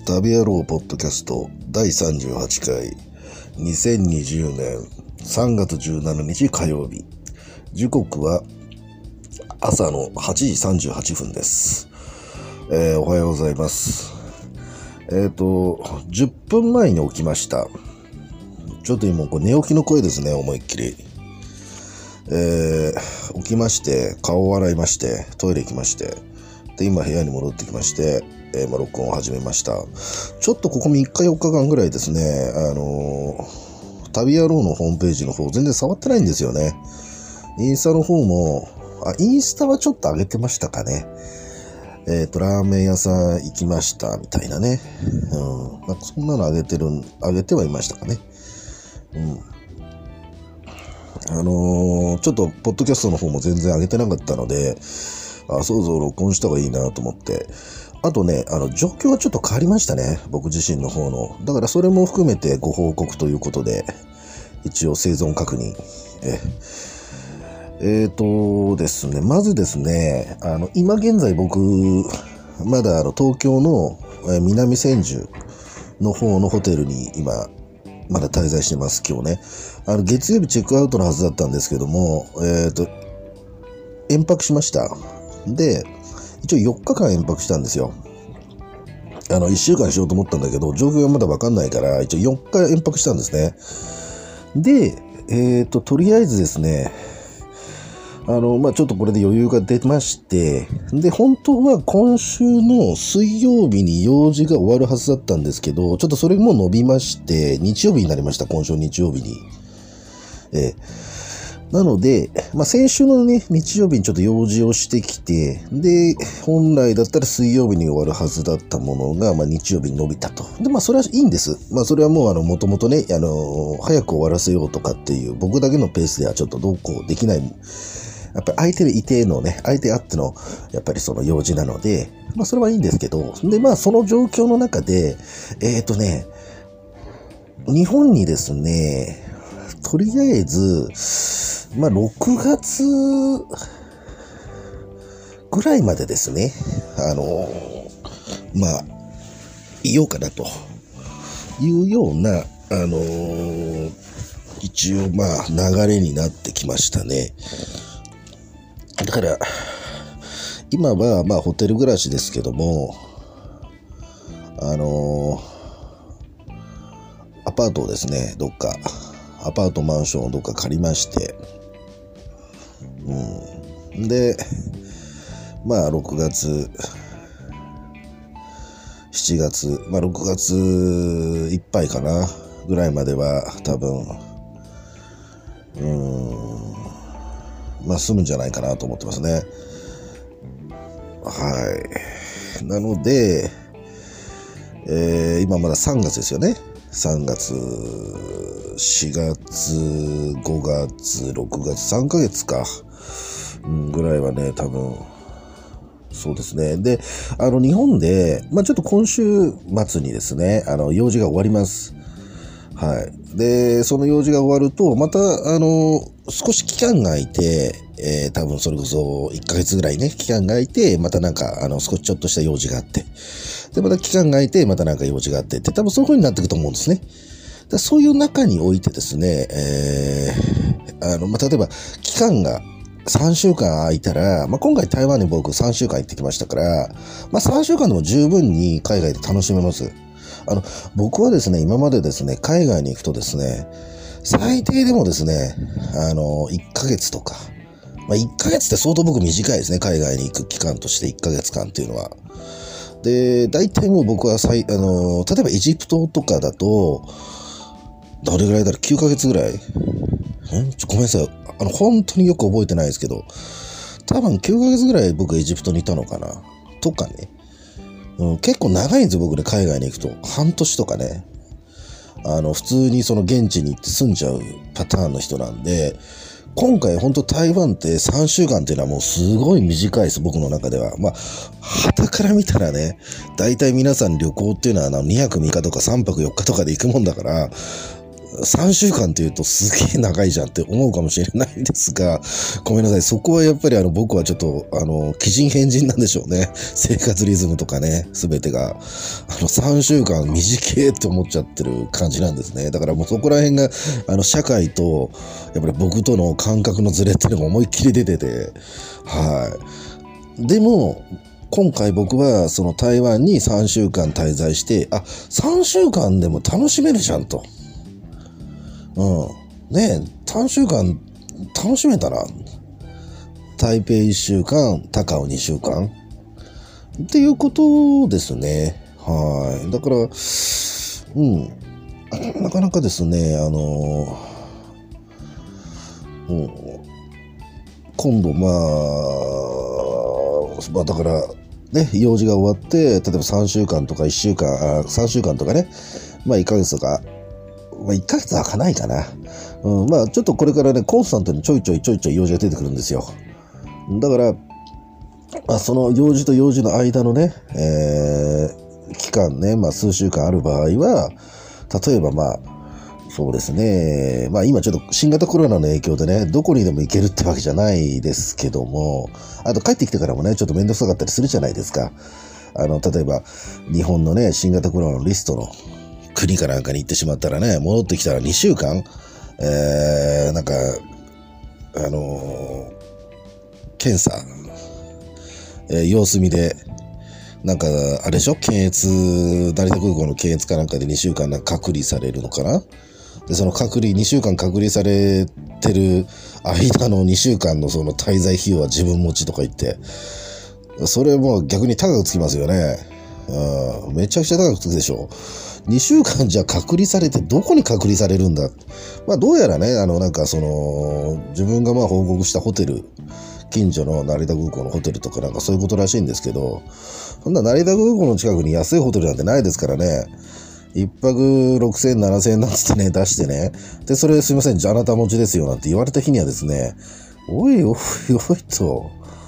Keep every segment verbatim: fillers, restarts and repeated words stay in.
旅野郎ポッドキャストだいさんじゅうはちかいにせんにじゅうねんさんがつじゅうしちにち火曜日、時刻は朝のはちじさんじゅうはっぷんです。えー、おはようございます。えっとじゅっぷんまえに起きました。ちょっと今こう寝起きの声ですね、思いっきり。えー、起きまして、顔を洗いまして、トイレ行きまして、で今部屋に戻ってきまして、えーまあ、録音を始めました。ちょっとここみっかよっかかんぐらいですね、あのー、旅野郎のホームページの方全然触ってないんですよね。インスタの方も、あ、インスタはちょっと上げてましたかね。えっと、ラーメン屋さん行きましたみたいなね。うん。なんかそんなの上げてる、上げてはいましたかね。うん。あのー、ちょっと、ポッドキャストの方も全然上げてなかったので、あ、そうそう、録音した方がいいなと思って。あとね、あの、状況はちょっと変わりましたね。僕自身の方の。だからそれも含めてご報告ということで、一応生存確認。え、えーとですね、まずですね、あの、今現在僕、まだあの、東京のえ南千住の方のホテルに今、まだ滞在してます、今日ね。あの、月曜日チェックアウトのはずだったんですけども、えーと、延泊しました。で、一応よっかかん延泊したんですよ。あの、いっしゅうかんしようと思ったんだけど、状況がまだわかんないから、一応よっか延泊したんですね。で、えっと、とりあえずですね、あの、まあ、ちょっとこれで余裕が出まして、で、本当は今週の水曜日に用事が終わるはずだったんですけど、ちょっとそれも伸びまして、日曜日になりました、今週日曜日に。えーなので、まあ、先週のね、日曜日にちょっと用事をしてきて、で、本来だったら水曜日に終わるはずだったものが、まあ、日曜日に伸びたと。で、まあ、それはいいんです。まあ、それはもう、あの、もともとね、あの、早く終わらせようとかっていう、僕だけのペースではちょっとどうこうできない。やっぱり相手いてのね、相手あっての、やっぱりその用事なので、まあ、それはいいんですけど、で、まあ、その状況の中で、えっとね、日本にですね、とりあえず、まあ、ろくがつぐらいまでですね、あのー、まあ、いようかなというような、あのー、一応まあ、流れになってきましたね。だから、今はまあ、ホテル暮らしですけども、あのー、アパートをですね、どっか、アパートマンションをどっか借りまして、うん、で、まあろくがつ、しちがつ、まあろくがついっぱいかなぐらいまでは多分、うーん、まあ済むんじゃないかなと思ってますね。はい。なので、えー、今まださんがつですよね。さんがつ、しがつ、ごがつ、ろくがつ、さんかげつか。うん、ぐらいはね、多分、そうですね。で、あの、日本で、まあちょっと今週末にですね、あの、用事が終わります。はい。で、その用事が終わると、また、あの、少し期間が空いて、えー、多分それこそいっかげつぐらいね、期間が空いて、またなんか、あの、少しちょっとした用事があって、で、また期間が空いて、またなんか用事があってって、多分そういう風になっていくと思うんですね。でそういう中においてですね、えー、あの、まあ、例えば、期間がさんしゅうかん空いたら、まあ、今回台湾に僕さんしゅうかん行ってきましたから、まあ、さんしゅうかんでも十分に海外で楽しめます。あの、僕はですね、今までですね、海外に行くとですね、最低でもですね、あの、いっかげつとか、まあ、いっかげつって相当僕短いですね、海外に行く期間としていっかげつかんっていうのは。で、大体もう僕はさい、あの、例えばエジプトとかだと、どれぐらいだろう ?きゅうかげつぐらいんちょごめんなさい。あの、本当によく覚えてないですけど、多分きゅうかげつぐらい僕エジプトにいたのかなとかね。うん、結構長いんですよ、僕ね、海外に行くと。半年とかね。あの、普通にその現地に行って住んじゃうパターンの人なんで、今回本当台湾ってさんしゅうかんっていうのはもうすごい短いです、僕の中では。まあ、傍から見たらね、大体皆さん旅行っていうのはにはくみっかとかさんぱくよっかとかで行くもんだから、 さんしゅうかんっていうとすげえ長いじゃんって思うかもしれないんですが、ごめんなさい。そこはやっぱりあの僕はちょっとあの、奇人変人なんでしょうね。生活リズムとかね、すべてが。あのさんしゅうかん短えって思っちゃってる感じなんですね。だからもうそこら辺が、あの社会と、やっぱり僕との感覚のズレっていうのが思いっきり出てて、はい。でも、今回僕はその台湾にさんしゅうかん滞在して、あ、さんしゅうかんでも楽しめるじゃんと。うん。ねえ、さんしゅうかん楽しめたな。台北いっしゅうかん、高雄にしゅうかん。っていうことですね。はい。だから、うん。なかなかですね、あの、うん、今度、まあ、まあ、だから、ね、用事が終わって、例えばさんしゅうかんとかいっしゅうかん、あさんしゅうかんとかね、まあいっかげつとか、まあいっかげつは開かないかな。うん、まあちょっとこれからね、コンスタントにちょいちょいちょいちょい用事が出てくるんですよ。だから、まあ、その用事と用事の間のね、えー、期間ね、まあ数週間ある場合は、例えばまあ、そうですね。まあ今ちょっと新型コロナの影響でね、どこにでも行けるってわけじゃないですけども、あと帰ってきてからもね、ちょっとめんどくさかったりするじゃないですか。あの、例えば日本のね、新型コロナのリストの国かなんかに行ってしまったらね、戻ってきたらにしゅうかん、えー、なんか、あのー、検査、えー、様子見で、なんか、あれでしょ、検閲、成田空港の検閲かなんかでにしゅうかんなんか隔離されるのかな。で、その隔離、にしゅうかん隔離されてる間のにしゅうかんのその滞在費用は自分持ちとか言って、それも逆に高くつきますよね。うん、めちゃくちゃ高くつくでしょ。にしゅうかんじゃ隔離されてどこに隔離されるんだ。まあどうやらね、あのなんかその、自分がまあ報告したホテル、近所の成田空港のホテルとかなんかそういうことらしいんですけど、そんな成田空港の近くに安いホテルなんてないですからね。一泊ろくせん、ななせんえんなんつってね、出してね。で、それすいません、じゃああなた持ちですよなんて言われた日にはですね、おいおいおいと、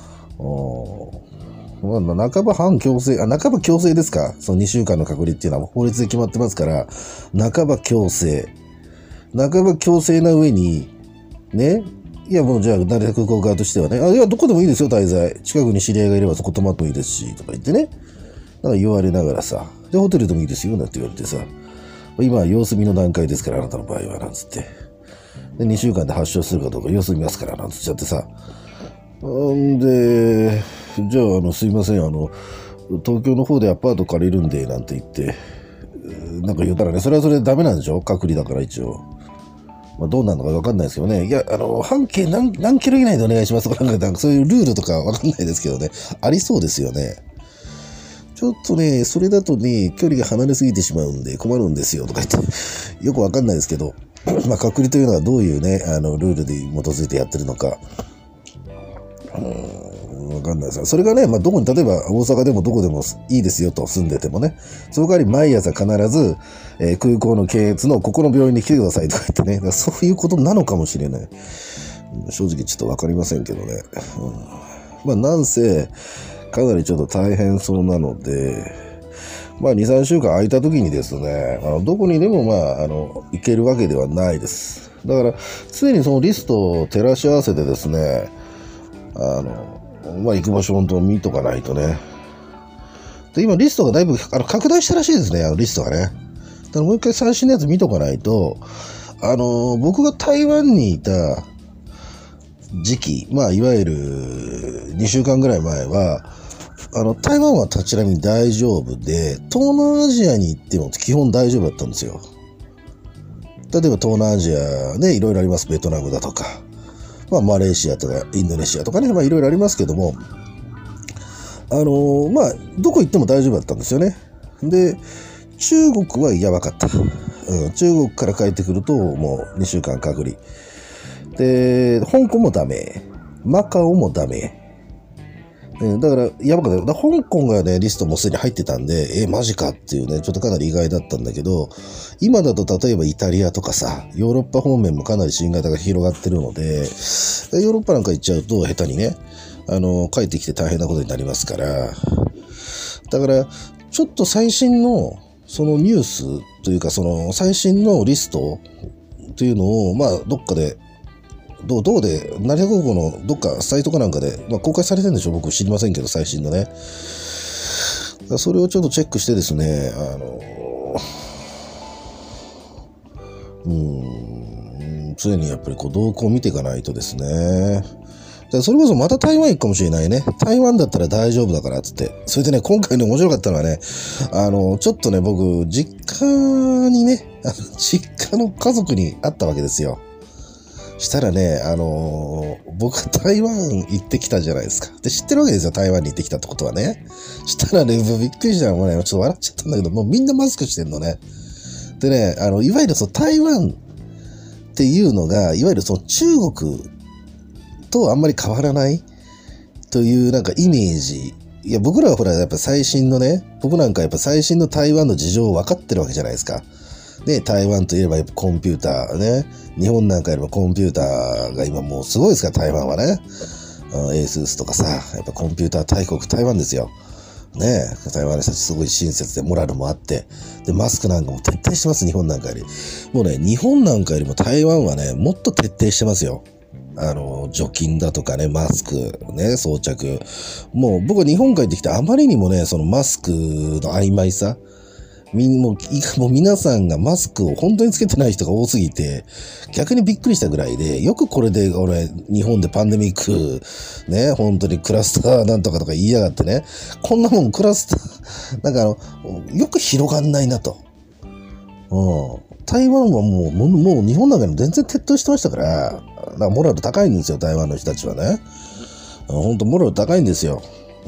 まあ、半ば反強制、あ、半ば強制ですか？そのにしゅうかんの隔離っていうのは法律で決まってますから、半ば強制。半ば強制な上に、ね、いやもうじゃあ、成田空港側としてはね、あ、いや、どこでもいいですよ、滞在。近くに知り合いがいればそこ泊まってもいいですし、とか言ってね。なんか言われながらさ、で、ホテルでもいいですよ、なんて言われてさ、今は様子見の段階ですから、あなたの場合は、なんつって。で、にしゅうかんで発症するかどうか様子見ますから、なんつっちゃってさ。んで、じゃあ、あの、すいません、あの、東京の方でアパート借りるんで、なんて言って、なんか言ったらね、それはそれでダメなんでしょ？隔離だから一応。まあ、どうなるのかわかんないですけどね。いや、あの、半径何、何キロ以内でお願いしますとか、なんか、そういうルールとかわかんないですけどね。ありそうですよね。ちょっとね、それだとね、距離が離れすぎてしまうんで困るんですよとか言って、よくわかんないですけど、まあ、隔離というのはどういうね、あの、ルールで基づいてやってるのか、うーん、わかんないです。それがね、まあ、どこに、例えば大阪でもどこでもいいですよと、住んでてもね、その代わり毎朝必ず、えー、空港の検閲のここの病院に来てくださいとか言ってね、そういうことなのかもしれない。正直ちょっとわかりませんけどね。うん、まあ、なんせ、かなりちょっと大変そうなので、まあに、さんしゅうかん空いた時にですね、あのどこにでもまあ、あの、行けるわけではないです。だから、常にそのリストを照らし合わせてですね、あの、まあ行く場所本当見とかないとね。で、今リストがだいぶあの拡大したらしいですね、あのリストがね。だからもう一回最新のやつ見とかないと、あの、僕が台湾にいた時期、まあいわゆるにしゅうかんぐらい前は、あの、台湾はちなみに大丈夫で、東南アジアに行っても基本大丈夫だったんですよ。例えば東南アジアね、いろいろあります。ベトナムだとか、まあマレーシアとかインドネシアとかね、まあいろいろありますけども、あのー、まあ、どこ行っても大丈夫だったんですよね。で、中国はやばかった。うん、中国から帰ってくるともうにしゅうかん隔離。で、香港もダメ。マカオもダメ。だから、やばかった。だから香港がね、リストもすでに入ってたんで、え、マジかっていうね、ちょっとかなり意外だったんだけど、今だと例えばイタリアとかさ、ヨーロッパ方面もかなり新型が広がってるので、ヨーロッパなんか行っちゃうと下手にね、あの、帰ってきて大変なことになりますから、だから、ちょっと最新の、そのニュースというか、その最新のリストっていうのを、まあ、どっかで、どう、どうで、成田空港のどっかサイトかなんかで、まあ、公開されてるんでしょう、僕知りませんけど、最新のね。それをちょっとチェックしてですね、あの、うーん、常にやっぱりこう動向を見ていかないとですね。だそれこそまた台湾行くかもしれないね。台湾だったら大丈夫だからっつって。それでね、今回ね、面白かったのはね、あの、ちょっとね、僕、実家にね、あの実家の家族に会ったわけですよ。したらね、あのー、僕は台湾行ってきたじゃないですか。で、知ってるわけですよ、台湾に行ってきたってことはね。したらね、びっくりしたのもね、ちょっと笑っちゃったんだけど、もうみんなマスクしてんのね。でね、あの、いわゆるその台湾っていうのが、いわゆるその中国とあんまり変わらないというなんかイメージ。いや、僕らはほら、やっぱ最新のね、僕なんかやっぱ最新の台湾の事情を分かってるわけじゃないですか。で、台湾といえばやっぱコンピューターね。日本なんかよりもコンピューターが今もうすごいですから、台湾はね。エースースとかさ、やっぱコンピューター大国台湾ですよ。ねえ、台湾の人たちすごい親切でモラルもあって、で、マスクなんかも徹底してます、日本なんかより。もうね、日本なんかよりも台湾はね、もっと徹底してますよ。あの、除菌だとかね、マスクね、装着。もう僕は日本帰ってきてあまりにもね、そのマスクの曖昧さ、みんもう、もう皆さんがマスクを本当につけてない人が多すぎて、逆にびっくりしたぐらいで、よくこれで俺、日本でパンデミック、ね、本当にクラスターなんとかとか言いやがってね、こんなもんクラスター、なんかあの、よく広がんないなと。うん。台湾はもう、もう日本なんかにも全然徹底してましたから、だからモラル高いんですよ、台湾の人たちはね。本当モラル高いんですよ。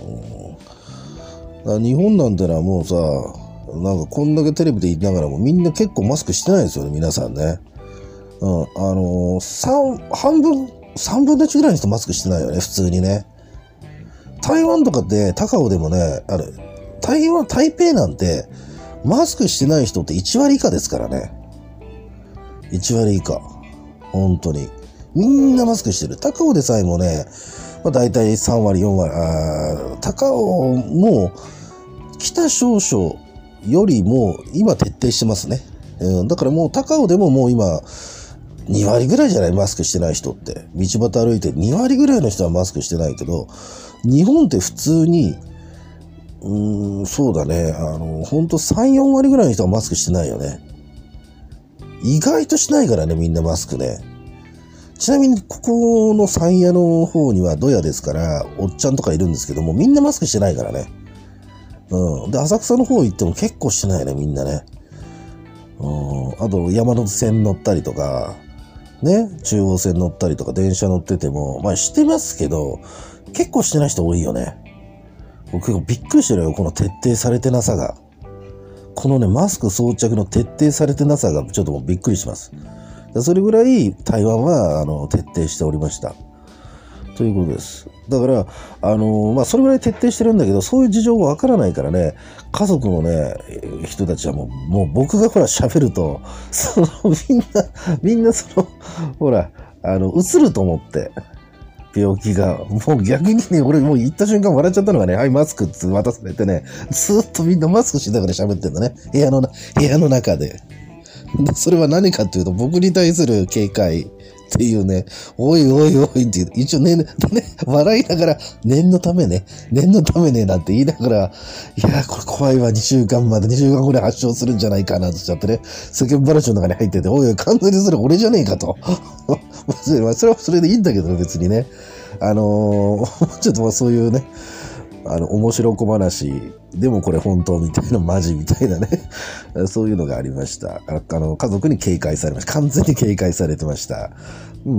うん、だから日本なんてのはもうさ、なんかこんだけテレビで言いながらもみんな結構マスクしてないですよね、皆さんね。うん、あのー、三、半分、三分の一ぐらいの人マスクしてないよね、普通にね。台湾とかって高尾でもね、あれ、台湾、台北なんてマスクしてない人っていち割以下ですからね。いち割以下。本当に。みんなマスクしてる。高尾でさえもね、まあ、大体さん割、よん割、あ高尾も北少々よりも今徹底してますね。うん、だからもう高尾でももう今に割ぐらいじゃない、マスクしてない人って。道端歩いてに割ぐらいの人はマスクしてないけど、日本って普通に、うーん、そうだね、あの、ほんとさん、よん割ぐらいの人はマスクしてないよね。意外としないからね、みんなマスクね。ちなみに、ここの山谷の方にはドヤですから、おっちゃんとかいるんですけども、みんなマスクしてないからね。うん。で、浅草の方行っても結構してないね、みんなね。うん。あと、山手線乗ったりとか、ね、中央線乗ったりとか、電車乗ってても、まあしてますけど、結構してない人多いよね。僕結構びっくりしてるよ、この徹底されてなさが。このね、マスク装着の徹底されてなさがちょっともうびっくりします。それぐらい台湾は、あの、徹底しておりました。ということです。だから、あのー、まあ、それぐらい徹底してるんだけど、そういう事情がわからないからね、家族のね、人たちはもう、もう僕がほら喋ると、その、みんな、みんなその、ほら、あの、映ると思って、病気が、もう逆にね、俺もう行った瞬間笑っちゃったのがね、はい、マスクって渡されてね、ずっとみんなマスクしながら喋ってんだね。部屋の、部屋の中で。で、それは何かっていうと、僕に対する警戒っていうね、おいおいおいっていう、一応ね、ね、笑いながら、念のためね、念のためね、なんて言いながら、いやー、これ怖いわ、にしゅうかんまで、にしゅうかんぐらい発症するんじゃないかな、としちゃってね、世間話の中に入ってて、おいおい、完全にそれ俺じゃねえかと。それはそれでいいんだけど、別にね。あのー、ちょっとまあそういうね、あの、面白小話、でもこれ本当みたいな、マジみたいなね、そういうのがありました。ああの、家族に警戒されました。完全に警戒されてました。うん、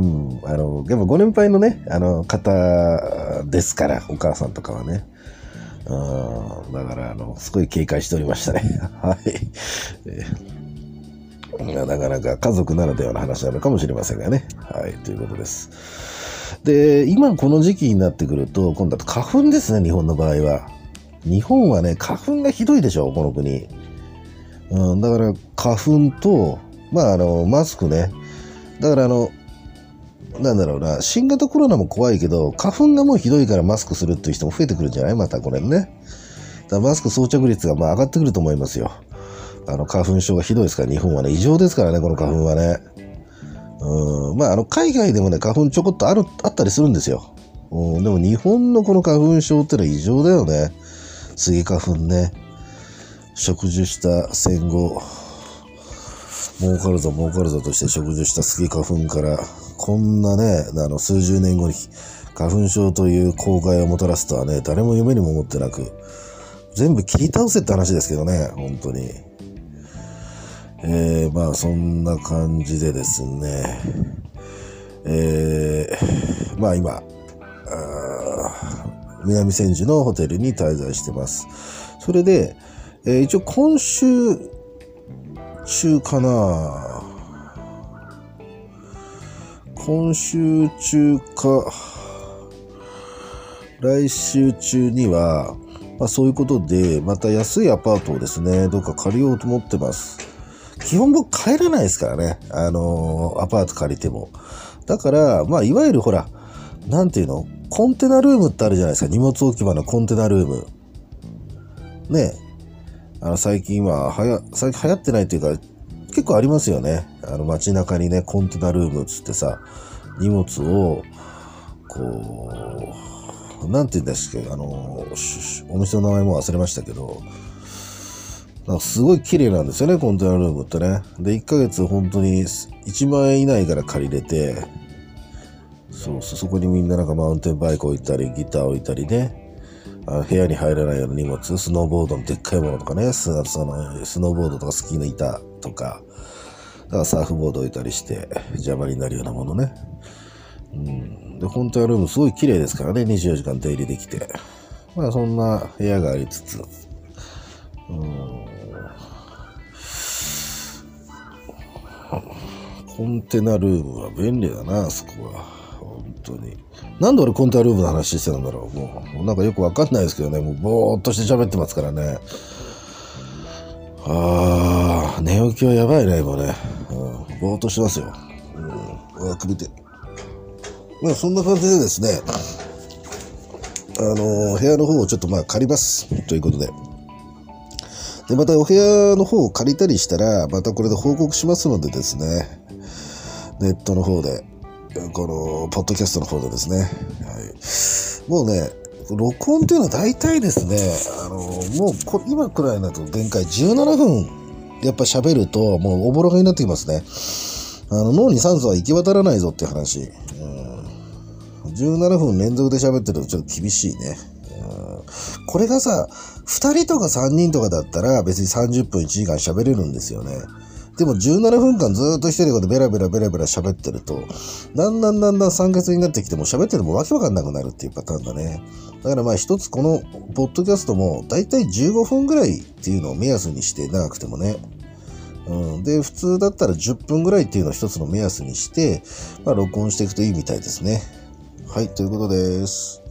あの、やっぱご年配のね、あの、方ですから、お母さんとかはね。うん、だから、あの、すごい警戒しておりましたね。はい。えー、なかなか家族ならではの話なのかもしれませんがね。はい、ということです。で、今この時期になってくると、今度は花粉ですね、日本の場合は。日本はね、花粉がひどいでしょ、この国。うん、だから、花粉と、まあ、あの、マスクね。だから、あの、なんだろうな、新型コロナも怖いけど、花粉がもうひどいからマスクするっていう人も増えてくるんじゃないまたこれね。だからマスク装着率がまあ上がってくると思いますよ。あの、花粉症がひどいですから、日本はね、異常ですからね、この花粉はね。 うん、まあ、あの、海外でもね、花粉ちょこっとある、あったりするんですよ。うん、でも日本のこの花粉症ってのは異常だよね。スギ花粉ね。植樹した戦後、儲かるぞ儲かるぞとして植樹したスギ花粉から、こんなね、あの、数十年後に花粉症という公害をもたらすとはね、誰も夢にも思ってなく、全部切り倒せって話ですけどね、本当に。えー、まあそんな感じでですね、えー、まあ今、南千住のホテルに滞在してます。それで、えー、一応今週中かな、今週中か、来週中には、まあそういうことで、また安いアパートをですね、どっか借りようと思ってます。基本僕帰らないですからね。あのー、アパート借りても。だから、まあ、いわゆるほら、なんていうの？コンテナルームってあるじゃないですか。荷物置き場のコンテナルーム。ね。あの、最近は、はや、最近流行ってないっていうか、結構ありますよね。あの、街中にね、コンテナルームつってさ、荷物を、こう、なんて言うんですか、あの、お店の名前も忘れましたけど、なんかすごい綺麗なんですよね、コンテナルームってね。で、いっかげつ本当にいちまんえん以内から借りれて、そうそう、そこにみんななんかマウンテンバイク置いたり、ギター置いたりね、あ部屋に入らないような荷物、スノーボードのでっかいものとかね、スそのスノーボードとかスキーの板とか、だからサーフボード置いたりして邪魔になるようなものね。うん、で、コンテナルームすごい綺麗ですからね、にじゅうよじかん出入りできて。まあそんな部屋がありつつ、うんコンテナルームは便利だな、あそこは。本当に。なんで俺コンテナルームの話してたんだろう。もう、なんかよくわかんないですけどね。もうぼーっとして喋ってますからね。あー、寝起きはやばいね、今ね。うん、ぼーっとしてますよ。うん、うわ、首で。まあ、そんな感じでですね、あのー、部屋の方をちょっとまあ借ります。ということで。で、またお部屋の方を借りたりしたら、またこれで報告しますのでですね。ネットの方で、この、ポッドキャストの方でですね。はい、もうね、録音っていうのは大体ですね、あの、もうこ、今くらいだと限界じゅうななふん、やっぱ喋ると、もうおぼろがになってきますね。あの、脳に酸素は行き渡らないぞっていう話。うん、じゅうななふん連続で喋ってるとちょっと厳しいね。うん、これがさ、ふたりとかさんにんとかだったら別にさんじゅっぷんいちじかん喋れるんですよね。でもじゅうななふんかんずーっと一人でベラベラベラベラ喋ってると、だんだんだんだん酸欠になってきても喋っててもわけわかんなくなるっていうパターンだね。だからまあ一つこのポッドキャストもだいたいじゅうごふんぐらいっていうのを目安にして長くてもね。うん、で、普通だったらじゅっぷんぐらいっていうのを一つの目安にして、まあ録音していくといいみたいですね。はい、ということです。